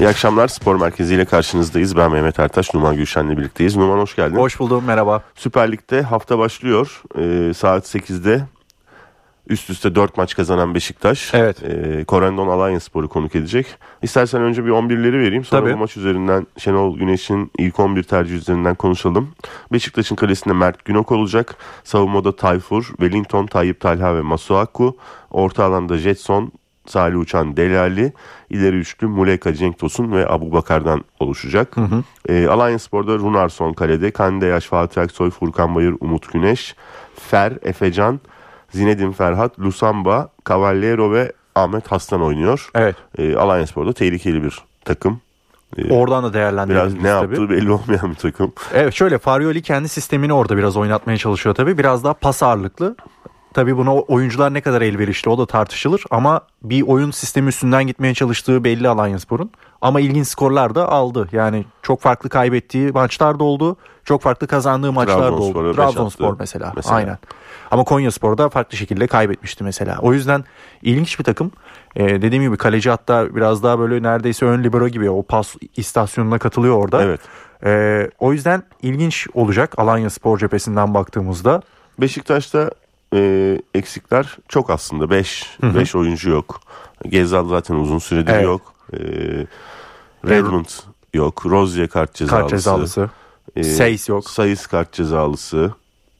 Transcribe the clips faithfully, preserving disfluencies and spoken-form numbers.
İyi akşamlar, Spor Merkezi ile karşınızdayız. Ben Mehmet Ertaş, Numan Gülşen'le birlikteyiz. Numan hoş geldin. Hoş buldum, merhaba. Süper Lig'de hafta başlıyor. Ee, saat sekizde üst üste dört maç kazanan Beşiktaş. Evet. E, Corendon Alanyaspor'u konuk edecek. İstersen önce bir on birleri vereyim. Sonra Tabii. bu maç üzerinden, Şenol Güneş'in ilk on bir tercih üzerinden konuşalım. Beşiktaş'ın kalesinde Mert Günok olacak. Savunmada Tayfur, Wellington, Tayyip Talha ve Masuaku. Orta alanda Jetson, Salih Uçan, Delali, ileri üçlü Muleka, Cenk Tosun ve Abubakar'dan oluşacak. Hı hı. E, Alanyaspor'da Runarsson kalede, Kande Yaş, Fatih Aksoy, Furkan Bayır, Umut Güneş, Fer, Efecan, Zinedine Ferhat, Lusamba, Cavallero ve Ahmet Hastan oynuyor. Evet. E, Alanyaspor'da tehlikeli bir takım. E, Oradan da değerlendirebiliriz. Biraz ne yaptığı tabii belli olmayan bir takım. Evet, şöyle Farioli kendi sistemini orada biraz oynatmaya çalışıyor tabii. Biraz daha pas ağırlıklı. Tabii buna oyuncular ne kadar elverişli o da tartışılır. Ama bir oyun sistemi üstünden gitmeye çalıştığı belli Alanyaspor'un. Ama ilginç skorlar da aldı. Yani çok farklı kaybettiği maçlar da oldu. Çok farklı kazandığı maçlar da oldu. Trabzonspor mesela. mesela. Aynen. Ama Konyaspor'da farklı şekilde kaybetmişti mesela. O yüzden ilginç bir takım. Ee, dediğim gibi kaleci hatta biraz daha böyle neredeyse ön libero gibi o pas istasyonuna katılıyor orada. Evet. Ee, o yüzden ilginç olacak Alanyaspor cephesinden baktığımızda. Beşiktaş'ta e, eksikler çok aslında. beş oyuncu yok. Gezal zaten uzun süredir evet. yok. E, Redmond yok. Rozier kart cezalısı. Kart cezalısı. E, Sayıs yok. Sayıs kart cezalısı.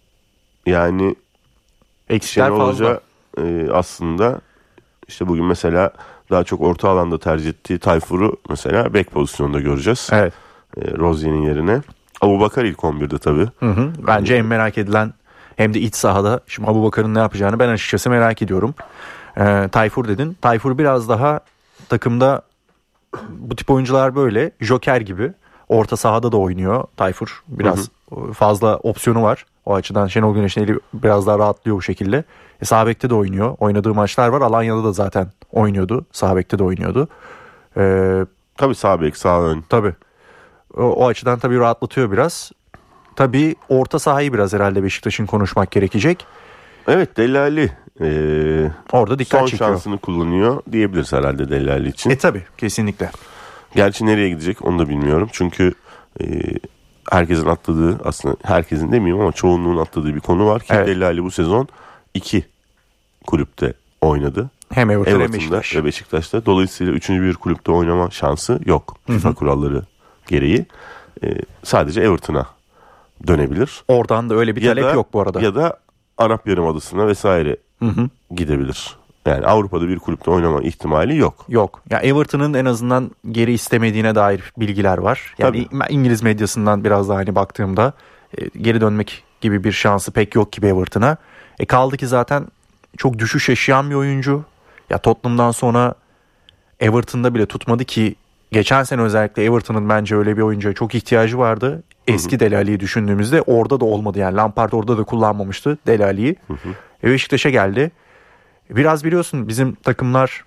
Yani eksikler Şenol fazla. Hoca e, aslında işte bugün mesela daha çok orta alanda tercih ettiği Tayfur'u mesela bek pozisyonunda göreceğiz. Evet. E, Rozier'in yerine. Abubakar ilk on birde tabii. Hı hı. Bence en merak edilen hem de iç sahada. Şimdi Abubakar'ın ne yapacağını ben açıkçası merak ediyorum. E, Tayfur dedin. Tayfur biraz daha takımda bu tip oyuncular böyle. Joker gibi. Orta sahada da oynuyor Tayfur. Biraz hı hı. fazla opsiyonu var. O açıdan Şenol Güneş'in eli biraz daha rahatlıyor bu şekilde. E, sağ bekte de oynuyor. Oynadığı maçlar var. Alanya'da da zaten oynuyordu. Sağ bekte de oynuyordu. Ee, tabii sağ bek, sağ ön. Tabii. O, o açıdan tabii rahatlatıyor biraz. Tabii orta sahayı biraz herhalde Beşiktaş'ın konuşmak gerekecek. Evet, Delali ee, orada dikkat son çekiyor. şansını kullanıyor diyebiliriz herhalde Delali için. E tabii, kesinlikle. Gerçi nereye gidecek onu da bilmiyorum. Çünkü e, herkesin atladığı, aslında herkesin demeyeyim ama çoğunluğun atladığı bir konu var ki evet. Delali bu sezon iki kulüpte oynadı. Hem Everton Everton'da hem Beşiktaş. ve Beşiktaş'ta. Dolayısıyla üçüncü bir kulüpte oynama şansı yok. Hı-hı. FIFA kuralları gereği. E, sadece Everton'a dönebilir. Oradan da öyle bir ya talep da, yok bu arada. Ya da Arap Yarımadası'na vesaire Hı-hı. gidebilir. Yani Avrupa'da bir kulüpte oynama ihtimali yok. Yok. Ya Everton'ın en azından geri istemediğine dair bilgiler var. Yani Tabii. İngiliz medyasından biraz daha hani baktığımda e, geri dönmek gibi bir şansı pek yok gibi Everton'a. E kaldı ki zaten çok düşüş yaşayan bir oyuncu. Ya Tottenham'dan sonra Everton'da bile tutmadı ki geçen sene özellikle Everton'ın bence öyle bir oyuncuya çok ihtiyacı vardı. Eski Delali'yi düşündüğümüzde orada da olmadı. Yani Lampard orada da kullanmamıştı Delali'yi. E Beşiktaş'a geldi. Biraz biliyorsun bizim takımlar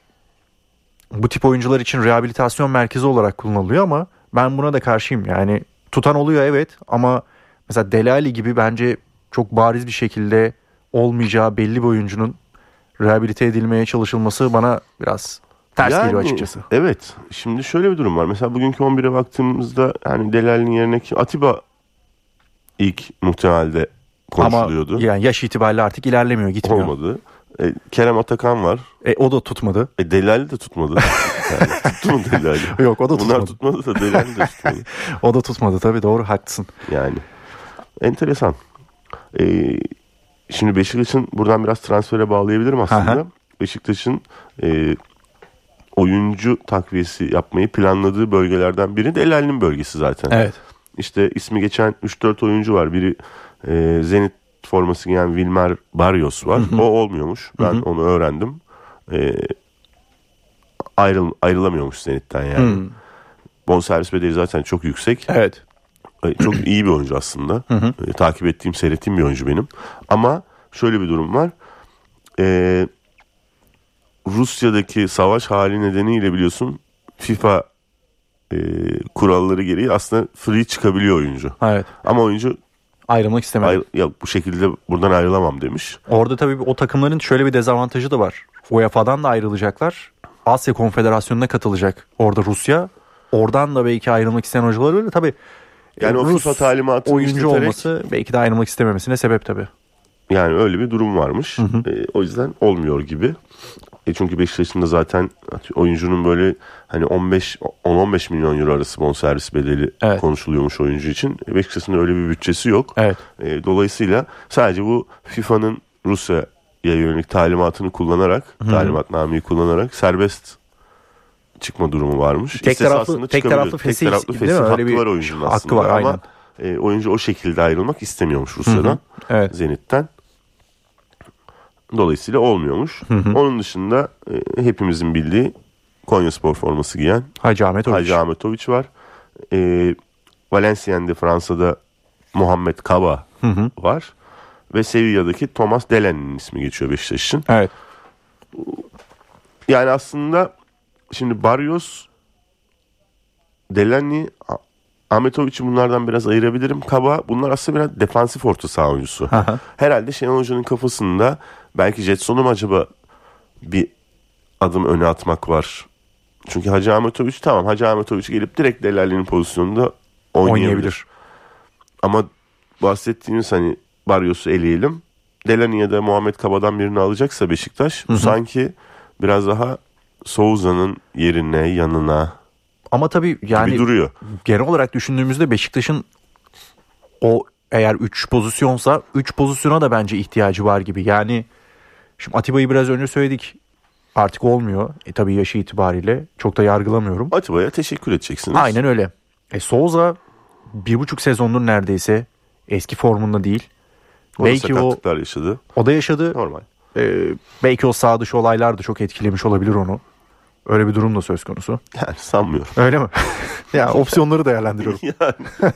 bu tip oyuncular için rehabilitasyon merkezi olarak kullanılıyor ama ben buna da karşıyım. Yani tutan oluyor evet ama mesela Delali gibi bence çok bariz bir şekilde olmayacağı belli bir oyuncunun rehabilite edilmeye çalışılması bana biraz ters yani, geliyor açıkçası. Evet. Şimdi şöyle bir durum var. Mesela bugünkü on bire baktığımızda hani Delali'nin yerine Atiba ilk muhtemelde konuşuluyordu. Ama yani yaş itibariyle artık ilerlemiyor, gitmiyor. Olmadı. E, Kerem Atakan var. E, o da tutmadı. E, Delali de tutmadı. Yani, tuttu mu Delali? Yok, o da tutmadı. Bunlar tutmadı da Delali de tutmadı. O da tutmadı tabii, doğru, haklısın. Yani enteresan. E, şimdi Beşiktaş'ın buradan biraz transfere bağlayabilirim aslında. Aha. Beşiktaş'ın e, oyuncu takviyesi yapmayı planladığı bölgelerden biri Delali'nin bölgesi zaten. Evet. İşte ismi geçen üç dört oyuncu var. Biri e, Zenit forması giyen Wilmer Barrios var. Hı hı. O olmuyormuş. Ben hı hı. onu öğrendim. Ee, ayrıl, ayrılamıyormuş Zenit'ten yani. Hı. Bonservis bedeli zaten çok yüksek. Evet. Ee, çok iyi bir oyuncu aslında. Hı hı. Ee, takip ettiğim, seyrettiğim bir oyuncu benim. Ama şöyle bir durum var. Ee, Rusya'daki savaş hali nedeniyle biliyorsun FIFA e, kuralları gereği aslında free çıkabiliyor oyuncu. Evet. Ama oyuncu ayrılmak istemedi. Ayrı, ya bu şekilde buradan ayrılamam demiş. Orada tabii o takımların şöyle bir dezavantajı da var. U E F A'dan da ayrılacaklar. Asya Konfederasyonu'na katılacak orada Rusya. oradan da belki ayrılmak isteyen hocalar olabilir. Tabii yani o FIFA talimatını oyuncu işleterek, olması belki de ayrılmak istememesine sebep tabii. Yani öyle bir durum varmış. Hı hı. E, o yüzden olmuyor gibi. E çünkü Beşiktaş'ın da zaten oyuncunun böyle hani on beş on on beş milyon euro arası bonservis bedeli evet. konuşuluyormuş oyuncu için. Beşiktaş'ın öyle bir bütçesi yok. Evet. E, dolayısıyla sadece bu FIFA'nın Rusya'ya yönelik talimatını kullanarak, Hı-hı. talimatnameyi kullanarak serbest çıkma durumu varmış. Tek İstese taraflı tek taraflı fesih, tek taraflı fesih hakkı bir var oyuncunun aslında. Hakkı var, ama aynen. E, oyuncu o şekilde ayrılmak istemiyormuş Rusya'dan. Hı-hı. Evet. Zenit'ten. Dolayısıyla olmuyormuş. Hı hı. Onun dışında e, hepimizin bildiği Konyaspor forması giyen Hacı Ahmetoviç, Hacı Ahmetoviç var. E, Valenciennes'de Fransa'da Muhammed Kaba hı hı. var. Ve Sevilla'daki Thomas Delaney'nin ismi geçiyor Beşiktaş için. Evet. Yani aslında şimdi Barrios, Delaney, Ahmetoviç'i bunlardan biraz ayırabilirim. Kaba bunlar aslında biraz defansif orta saha oyuncusu. Aha. Herhalde Şenol Hoca'nın kafasında belki Jetson'u mu acaba bir adım öne atmak var. Çünkü Hacı Ahmetoviç tamam Hacı Ahmetoviç gelip direkt Delaney'nin pozisyonunda oynayabilir. oynayabilir. Ama bahsettiğiniz hani Barrios'u eleyelim. Delaney ya da Muhammed Kaba'dan birini alacaksa Beşiktaş, bu sanki biraz daha Souza'nın yerine, yanına. Ama tabii yani duruyor. Genel olarak düşündüğümüzde Beşiktaş'ın o eğer üç pozisyonsa üç pozisyona da bence ihtiyacı var gibi. Yani şimdi Atiba'yı biraz önce söyledik. Artık olmuyor. E tabii yaşı itibariyle çok da yargılamıyorum. Atiba'ya teşekkür edeceksiniz. Aynen öyle. E Souza bir buçuk sezondur neredeyse eski formunda değil. O belki da sakatlıklar o, yaşadı. O da yaşadı. Normal. E, belki o sağ dışı olaylar da çok etkilemiş olabilir onu. Öyle bir durum da söz konusu. Yani sanmıyorum. Öyle mi? Ya opsiyonları değerlendiriyorum. Yani.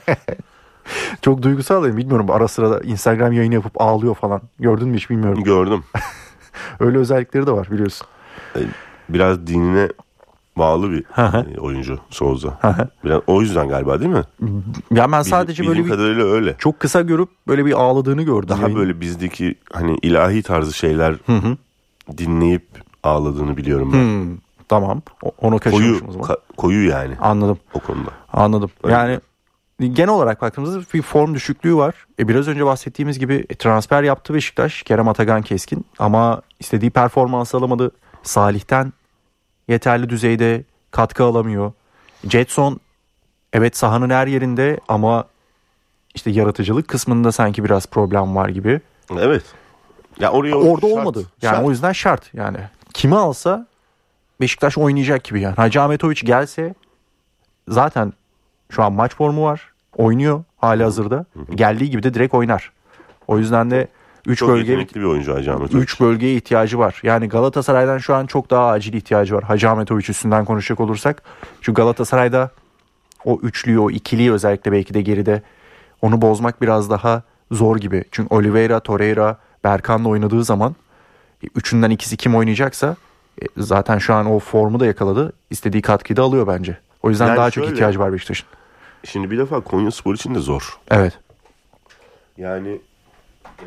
Çok duygusalım. Bilmiyorum, ara sıra da Instagram yayını yapıp ağlıyor falan. Gördün mü hiç bilmiyorum. Gördüm. Öyle özellikleri de var biliyorsun. Biraz dinine bağlı bir oyuncu Souza. Biraz o yüzden galiba değil mi? Ya ben sadece Bil, böyle bir kadarıyla öyle. Çok kısa görüp böyle bir ağladığını gördüm. Daha yani. Böyle bizdeki hani ilahi tarzı şeyler hı hı. dinleyip ağladığını biliyorum ben. Hmm, tamam. Onu kaçırmışım o zaman. Ka- koyu yani. Anladım. O konuda. Anladım. Öyle yani mi? Genel olarak baktığımızda bir form düşüklüğü var. E biraz önce bahsettiğimiz gibi transfer yaptı Beşiktaş. Kerem Atakan Keskin. Ama istediği performans alamadı. Salih'ten yeterli düzeyde katkı alamıyor. Jetson evet sahanın her yerinde ama işte yaratıcılık kısmında sanki biraz problem var gibi. Evet. Ya oraya orada şart, olmadı. Yani şart. o yüzden şart yani. Kimi alsa Beşiktaş oynayacak gibi yani. Hacı Ahmetoviç gelse zaten şu an maç formu var. Oynuyor hali hazırda. Hı hı. Geldiği gibi de direkt oynar. O yüzden de üç bölgeye bir oyuncu Hacı Ahmetoviç. üç bölgeye ihtiyacı var. Yani Galatasaray'dan şu an çok daha acil ihtiyacı var. Hacı Ahmetoviç üstünden konuşacak olursak. Çünkü Galatasaray'da o üçlüyü, o ikiliyi özellikle belki de geride onu bozmak biraz daha zor gibi. Çünkü Oliveira, Torreira, Berkan'la oynadığı zaman üçünden ikisi kim oynayacaksa zaten şu an o formu da yakaladı. İstediği katkıyı da alıyor bence. O yüzden yani daha şöyle, çok ihtiyacı var Beşiktaş'ın. Şimdi bir defa Konyaspor için de zor. Evet. Yani e,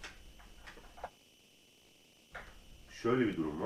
şöyle bir durum var.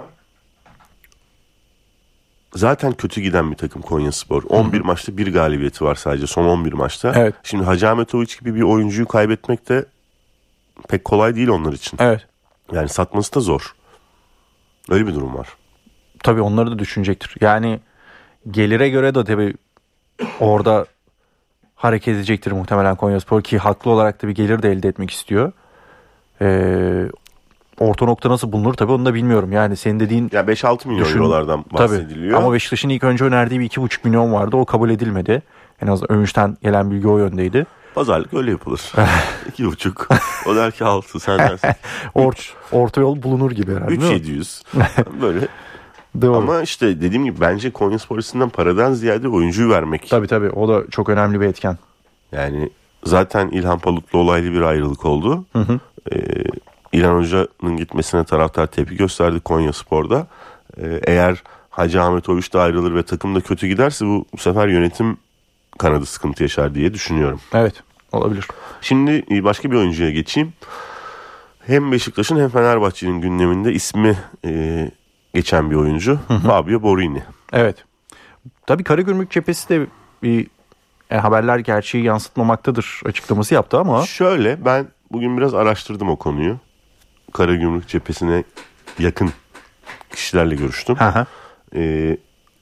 Zaten kötü giden bir takım Konyaspor. on bir Hı-hı. maçta bir galibiyeti var sadece son on bir maçta. Evet. Şimdi Hacı Ahmetoviç gibi bir oyuncuyu kaybetmek de pek kolay değil onlar için. Evet. Yani satması da zor. Öyle bir durum var. Tabii onları da düşünecektir. Yani gelire göre de tabii orada hareket edecektir muhtemelen Konyaspor ki haklı olarak da bir gelir de elde etmek istiyor. Ee, orta nokta nasıl bulunur tabii onu da bilmiyorum. Yani senin dediğin... Ya beş altı milyon düşün, eurolardan bahsediliyor. Tabii. Ama Beşiktaş'ın ilk önce önerdiği bir iki buçuk milyon vardı. O kabul edilmedi. En az Övünç'ten gelen bilgi o yöndeydi. Pazarlık öyle yapılır. iki buçuk. O der ki altı. Sen dersin. Or, orta yol bulunur gibi herhalde. üç yedi yüz. Böyle. Doğru. Ama işte dediğim gibi bence Konyaspor açısından paradan ziyade oyuncuyu vermek. Tabii tabii. O da çok önemli bir etken. Yani zaten İlhan Palutlu olaylı bir ayrılık oldu. Hı hı. Ee, İlhan Hoca'nın gitmesine taraftar tepki gösterdi Konyaspor'da. Ee, eğer Hacı Ahmetoviç de ayrılır ve takım da kötü giderse bu, bu sefer yönetim kanadı sıkıntı yaşar diye düşünüyorum. Evet, olabilir. Şimdi başka bir oyuncuya geçeyim. Hem Beşiktaş'ın hem Fenerbahçe'nin gündeminde ismi e, geçen bir oyuncu. Hı hı. Fabio Borini. Evet. Tabii Karagümrük cephesi de bir yani haberler gerçeği yansıtmamaktadır açıklaması yaptı ama. Şöyle, ben bugün biraz araştırdım o konuyu. Karagümrük cephesine yakın kişilerle görüştüm. Ee,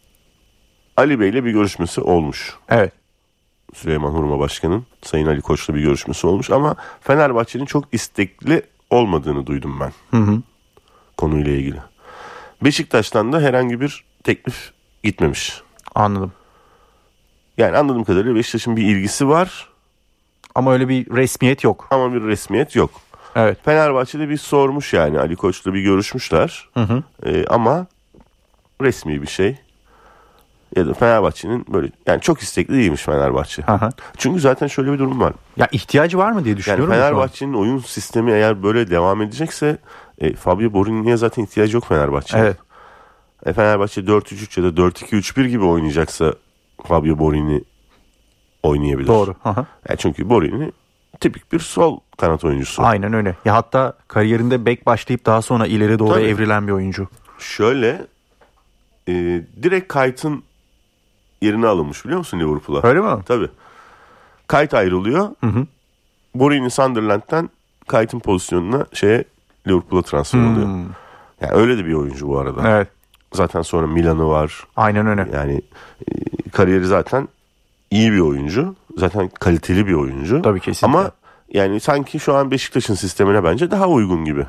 Ali Bey'le bir görüşmesi olmuş. Evet. Süleyman Hurma Başkan'ın Sayın Ali Koç'la bir görüşmesi olmuş ama Fenerbahçe'nin çok istekli olmadığını duydum ben. Hı hı. Konuyla ilgili. Beşiktaş'tan da herhangi bir teklif gitmemiş. Anladım. Yani anladığım kadarıyla Beşiktaş'ın bir ilgisi var. Ama öyle bir resmiyet yok. Ama bir resmiyet yok. Evet. Fenerbahçe'de bir sormuş yani, Ali Koç'la bir görüşmüşler. Hı hı. Ee, ama resmi bir şey. Ya da Fenerbahçe'nin böyle, yani çok istekli değilmiş Fenerbahçe. Aha. Çünkü zaten şöyle bir durum var. Ya ihtiyacı var mı diye düşünüyorum. Yani Fenerbahçe'nin oyun sistemi eğer böyle devam edecekse e, Fabio Borini'ye zaten ihtiyacı yok Fenerbahçe'nin. Evet. E, Fenerbahçe dört üç üç ya da dört iki üç bir gibi oynayacaksa Fabio Borini oynayabilir. Doğru. Aha. Yani çünkü Borini tipik bir sol kanat oyuncusu. Aynen öyle. Ya hatta kariyerinde bek başlayıp daha sonra ileri doğru Tabii. evrilen bir oyuncu. Şöyle e, direkt Kayt'ın yerine alınmış, biliyor musun Liverpool'a? Öyle mi? Tabii. Kayt ayrılıyor. Hı hı. Borini Sunderland'den Kayt'ın pozisyonuna şeye Liverpool'a transfer Hmm. oluyor. Yani öyle de bir oyuncu bu arada. Evet. Zaten sonra Milan'ı var. Aynen öyle. Yani e, kariyeri zaten iyi bir oyuncu. Zaten kaliteli bir oyuncu. Tabii, kesinlikle. Ama yani sanki şu an Beşiktaş'ın sistemine bence daha uygun gibi.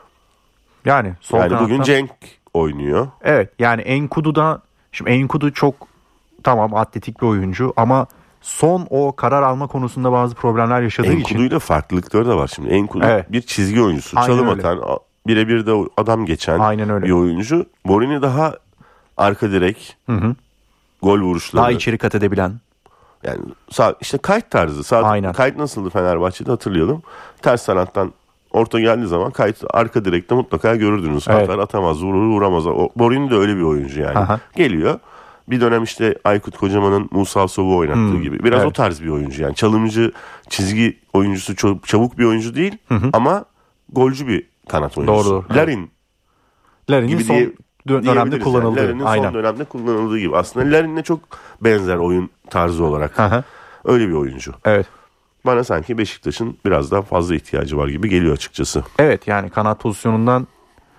Yani sol Yani kanattan... bugün Cenk oynuyor. Evet, yani Enkudu da, şimdi Enkudu çok tamam atletik bir oyuncu ama son o karar alma konusunda bazı problemler yaşadığı için. Enkudu'yla farklılıkları da var şimdi. Enkudu Evet. bir çizgi oyuncusu. Aynen Çalım öyle. atan, birebir de adam geçen Aynen öyle. bir oyuncu. Borini daha arka direk, Hı hı. gol vuruşları. Daha içeri kat edebilen. Yani sağ, işte Kayt tarzı. Sağ, Aynen. Kayt nasıldı Fenerbahçe'de hatırlayalım. Ters taraftan orta geldiği zaman Kayt arka direkte mutlaka görürdünüz. Evet. Atar atamaz, vurur vuramaz. O, Borini de öyle bir oyuncu yani. Aha. Geliyor. Bir dönem işte Aykut Kocaman'ın Musa Sow'u oynattığı Hmm, gibi. Biraz evet. o tarz bir oyuncu yani. Çalımcı, çizgi oyuncusu, çok çabuk bir oyuncu değil. Hı hı. Ama golcü bir kanat oyuncusu. Doğru, doğru. Larin Larin'in gibi son diye, dö- dönemde diyebiliriz kullanıldığı. Yani. Larin'in Aynen. son dönemde kullanıldığı gibi. Aslında Larin'le çok benzer oyun tarzı olarak. Aha. Öyle bir oyuncu. Evet. Bana sanki Beşiktaş'ın biraz daha fazla ihtiyacı var gibi geliyor açıkçası. Evet, yani kanat pozisyonundan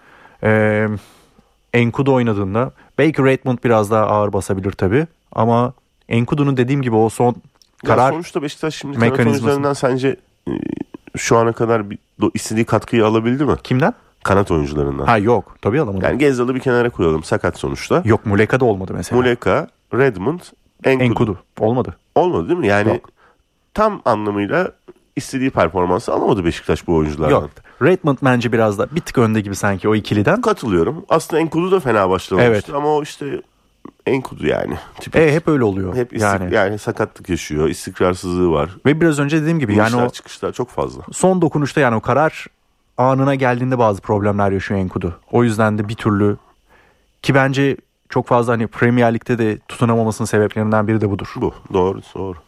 e, Enkudu oynadığında belki Redmond biraz daha ağır basabilir tabii. Ama Enkudu'nun dediğim gibi o son karar Ya sonuçta Beşiktaş şimdi kanat mekanizması. oyuncularından sence e, şu ana kadar bir, do, istediği katkıyı alabildi mi? Kimden? Kanat oyuncularından. Ha yok, tabii alamadım. Yani Gezzal'ı bir kenara koyalım, sakat sonuçta. Yok, Muleka da olmadı mesela. Muleka, Redmond, Enkudu. Enkudu olmadı. Olmadı değil mi? Yani Yok. tam anlamıyla istediği performansı alamadı Beşiktaş bu oyunculardan. Yok. Redmond bence biraz da bir tık önde gibi sanki o ikiliden. Katılıyorum. Aslında Enkudu da fena başlamamıştı Evet. ama o işte Enkudu yani. Tipik. E hep öyle oluyor. Hep istik- yani. yani sakatlık yaşıyor, istikrarsızlığı var. Ve biraz önce dediğim gibi yani İnişler o çıkışlar çok fazla. son dokunuşta yani o karar anına geldiğinde bazı problemler yaşıyor Enkudu. O yüzden de bir türlü, ki bence çok fazla hani Premier Lig'de de tutunamamasının sebeplerinden biri de budur. Bu doğru doğru.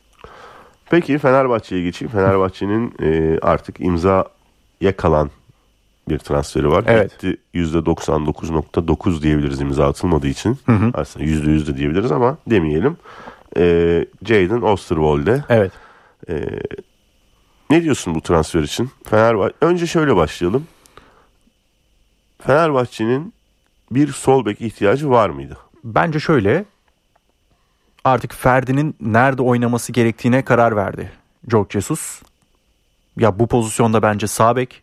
Peki Fenerbahçe'ye geçeyim. Fenerbahçe'nin e, artık imzaya kalan bir transferi var. Evet. Gitti yüzde doksan dokuz nokta dokuz diyebiliriz imza atılmadığı için. Hı hı. Aslında yüzde yüz de diyebiliriz ama demeyelim. E, Jadon Osterwolde. Evet. E, ne diyorsun bu transfer için? Fenerbahçe. Önce şöyle başlayalım. Fenerbahçe'nin bir sol bek ihtiyacı var mıydı? Bence şöyle, artık Ferdi'nin nerede oynaması gerektiğine karar verdi Jorge Jesus. Ya bu pozisyonda bence sağ bek,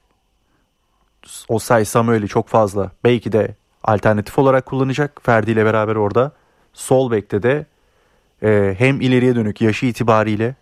Osay Samuel'i çok fazla belki de alternatif olarak kullanacak Ferdi ile beraber orada. Sol bekte de e, hem ileriye dönük yaşı itibariyle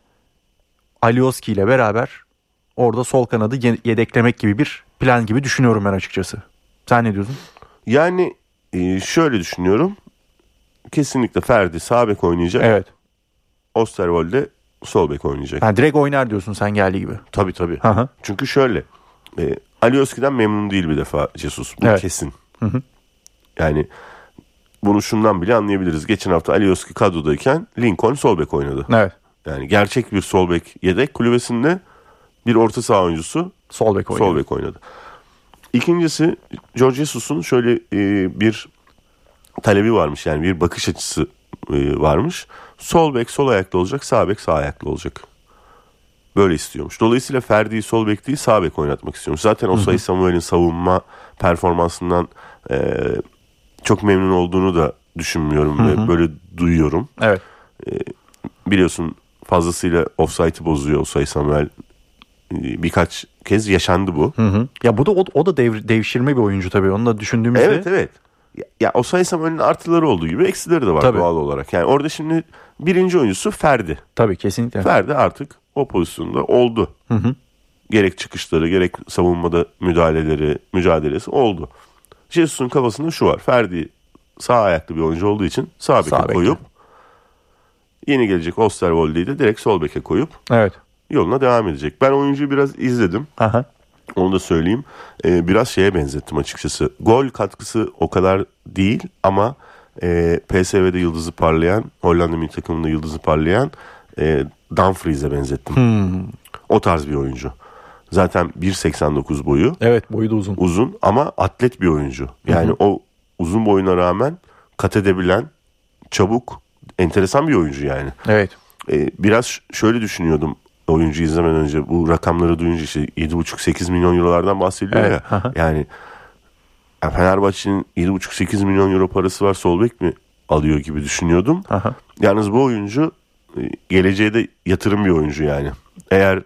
Alioski ile beraber orada sol kanadı ye- yedeklemek gibi bir plan gibi düşünüyorum ben açıkçası. Sen ne diyorsun? Yani e, şöyle düşünüyorum. Kesinlikle Ferdi sağ bek oynayacak. Evet. Osterwolde sol bek oynayacak. Ha, direkt oynar diyorsun sen geldiği gibi. Tabii tabii. Hı hı. Çünkü şöyle. E, Alioski'den memnun değil bir defa Jesus. Bu Evet. kesin. Hı hı. Yani bunu şundan bile anlayabiliriz. Geçen hafta Alioski kadrodayken Lincoln sol bek oynadı. Evet. Yani gerçek bir sol bek yedek, kulübesinde bir orta saha oyuncusu Sol bek oynuyor. sol bek oynadı. İkincisi Jorge Jesus'un şöyle e, bir talebi varmış, yani bir bakış açısı e, varmış. Sol bek sol ayaklı olacak, sağ bek sağ ayaklı olacak. Böyle istiyormuş. Dolayısıyla Ferdi'yi sol bek değil sağ bek oynatmak istiyormuş. Zaten Osayi Samuel'in savunma performansından e, çok memnun olduğunu da düşünmüyorum hı hı. ve böyle duyuyorum. Evet. E, biliyorsun fazlasıyla offside'ı bozuyor Osayi Samuel. E, birkaç kez yaşandı bu. Hı hı. Ya bu da o, o da dev, devşirme bir oyuncu tabii. Onu da düşündüğümüzde. Evet evet. Ya, ya Osayi Samuel'in artıları olduğu gibi eksileri de var tabii. Doğal olarak. Yani orada şimdi birinci oyuncusu Ferdi. Tabii kesinlikle. Ferdi artık o pozisyonda oldu. Hı hı. Gerek çıkışları gerek savunmada müdahaleleri, mücadelesi oldu. Jesus'un kafasında şu var. Ferdi sağ ayaklı bir oyuncu olduğu için sağ beke koyup yeni gelecek Osterwolde'yi de direkt sol beke koyup evet. yoluna devam edecek. Ben oyuncuyu biraz izledim. Aha. Onu da söyleyeyim. Ee, biraz şeye benzettim açıkçası. Gol katkısı o kadar değil ama e, P S V'de yıldızı parlayan, Hollanda milli takımında yıldızı parlayan e, Dumfries'e benzettim. Hmm. O tarz bir oyuncu. Zaten bir seksen dokuz boyu. Evet, boyu da uzun. Uzun ama atlet bir oyuncu. Yani hı hı. o uzun boyuna rağmen kat edebilen, çabuk, enteresan bir oyuncu yani. Evet. Ee, biraz şöyle düşünüyordum oyuncuyu izlemeden önce. Bu rakamları duyunca işte yedi buçuk sekiz milyon eurolardan bahsediliyor evet. ya. Yani Fenerbahçe'nin yedi buçuk sekiz milyon euro parası var, sol bek mi alıyor gibi düşünüyordum. Aha. Yalnız bu oyuncu geleceğe de yatırım bir oyuncu yani. Eğer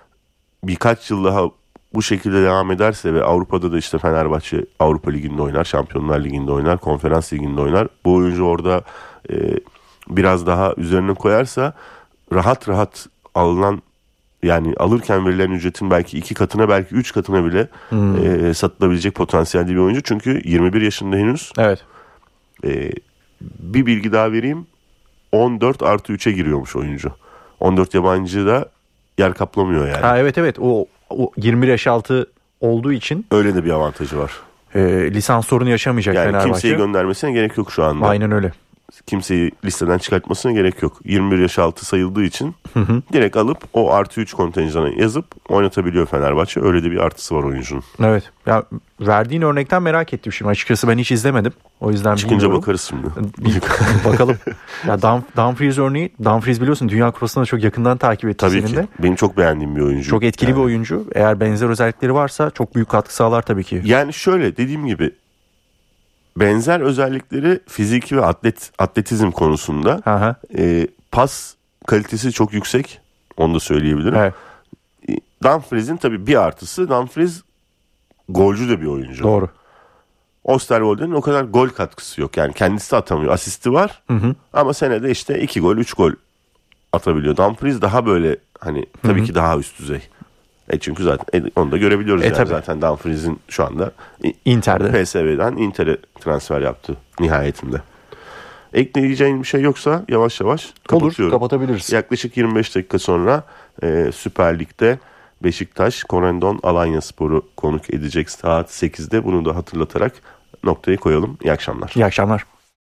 birkaç yıl daha bu şekilde devam ederse ve Avrupa'da da işte Fenerbahçe Avrupa Ligi'nde oynar, Şampiyonlar Ligi'nde oynar, Konferans Ligi'nde oynar. Bu oyuncu orada e, biraz daha üzerine koyarsa rahat rahat alınan, yani alırken verilen ücretin belki iki katına, belki üç katına bile hmm. e, satılabilecek potansiyelde bir oyuncu. Çünkü yirmi bir yaşında henüz. Evet. E, bir bilgi daha vereyim. on dört artı üçe giriyormuş oyuncu. on dört yabancı da yer kaplamıyor yani. Ha, evet evet o, o yirmi bir yaş altı olduğu için. Öyle de bir avantajı var. E, lisans sorunu yaşamayacak yani Fenerbahçe. Kimseyi göndermesine gerek yok şu anda. Aynen öyle. Kimseyi listeden çıkartmasına gerek yok. yirmi bir yaş altı sayıldığı için hı hı. direkt alıp o artı üç kontenjanı yazıp oynatabiliyor Fenerbahçe. Öyle de bir artısı var oyuncunun. Evet. Ya verdiğin örnekten merak ettim şimdi. Açıkçası ben hiç izlemedim. O yüzden çıkınca bilmiyorum. bakarız şimdi. Bakalım. Ya Dumfries örneği, Dumfries biliyorsun Dünya Kupası'nda çok yakından takip etti tabii senin ki. de. Benim çok beğendiğim bir oyuncu. Çok etkili yani. Bir oyuncu. Eğer benzer özellikleri varsa çok büyük katkı sağlar tabii ki. Yani şöyle dediğim gibi benzer özellikleri fiziki ve atlet atletizm konusunda e, pas kalitesi çok yüksek. Onu da söyleyebilirim. Evet. Dumfries'in tabii bir artısı, Dumfries golcü de bir oyuncu. Doğru. Osterwolde'nin o kadar gol katkısı yok. Yani kendisi atamıyor. Asisti var. Hı hı. Ama senede işte iki gol, üç gol atabiliyor. Dumfries daha böyle hani tabii hı hı. ki daha üst düzey. E çünkü zaten e, onu da görebiliyoruz e, yani. Tabii. Zaten Dumfries'in şu anda Inter'de. P S V'den Inter'e transfer yaptı nihayetinde. Ekleyeceğin bir şey yoksa yavaş yavaş kapatıyorum. Olur, kapatabiliriz. Yaklaşık yirmi beş dakika sonra e, Süper Lig'de Beşiktaş Corendon Alanyaspor'u konuk edecek saat sekizde. Bunu da hatırlatarak noktayı koyalım. İyi akşamlar. İyi akşamlar.